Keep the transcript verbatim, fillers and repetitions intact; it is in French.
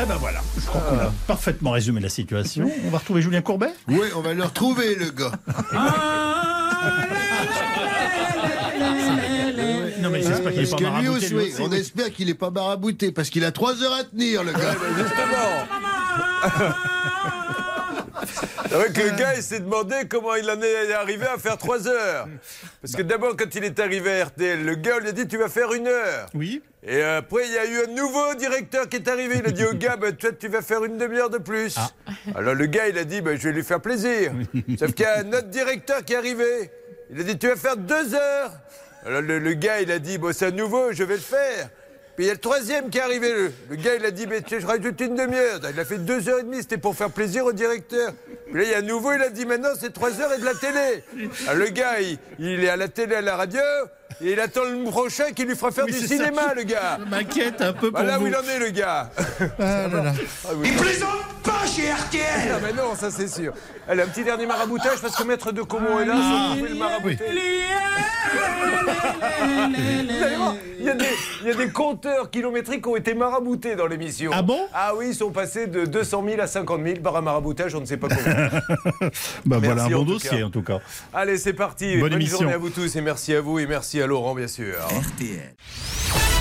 Eh ben voilà, je crois qu'on a parfaitement résumé la situation. On va retrouver Julien Courbet ? Oui, on va le retrouver, le gars. Non mais j'espère qu'il est Parce pas que lui marabouté. aussi, lui oui, aussi, on oui. espère qu'il n'est pas marabouté, parce qu'il a trois heures à tenir, le gars. Justement. C'est vrai que le gars, il s'est demandé comment il en est arrivé à faire trois heures. Parce que d'abord, quand il est arrivé à R T L, le gars lui a dit tu vas faire une heure. Oui. Et après, il y a eu un nouveau directeur qui est arrivé. Il a dit au gars, bah, toi, tu vas faire une demi-heure de plus. Ah. Alors le gars, il a dit, bah, je vais lui faire plaisir. Sauf qu'il y a un autre directeur qui est arrivé. Il a dit, tu vas faire deux heures. Alors le, le gars, il a dit, bon, c'est un nouveau, je vais le faire. Puis il y a le troisième qui est arrivé. Le, le gars, il a dit, mais tiens, je rajoute une demi-heure. Il a fait deux heures et demie, c'était pour faire plaisir au directeur. Puis là, il y a un nouveau, il a dit, maintenant, c'est trois heures et de la télé. Alors le gars, il, il est à la télé, à la radio, et il attend le prochain qui lui fera faire Oui, du c'est cinéma, ça. le gars. Je m'inquiète un peu pour Voilà vous. où il en est, le gars. Ah là là. Ah, oui. Il plaisante pas chez R T L. Non, mais non, ça c'est sûr. Allez, un petit dernier maraboutage parce que Maître de Comont est là, si vous pouvez le marabouter. Vous allez voir, il y a des, il y a des compteurs kilométriques qui ont été maraboutés dans l'émission. Ah bon ? Ah oui, ils sont passés de deux cent mille à cinquante mille par un maraboutage, on ne sait pas combien. Bah Merci voilà un bon en tout dossier cas. en tout cas. Allez, c'est parti. Bonne Bonne émission. journée à vous tous et merci à vous et merci à Laurent, bien sûr. R T L.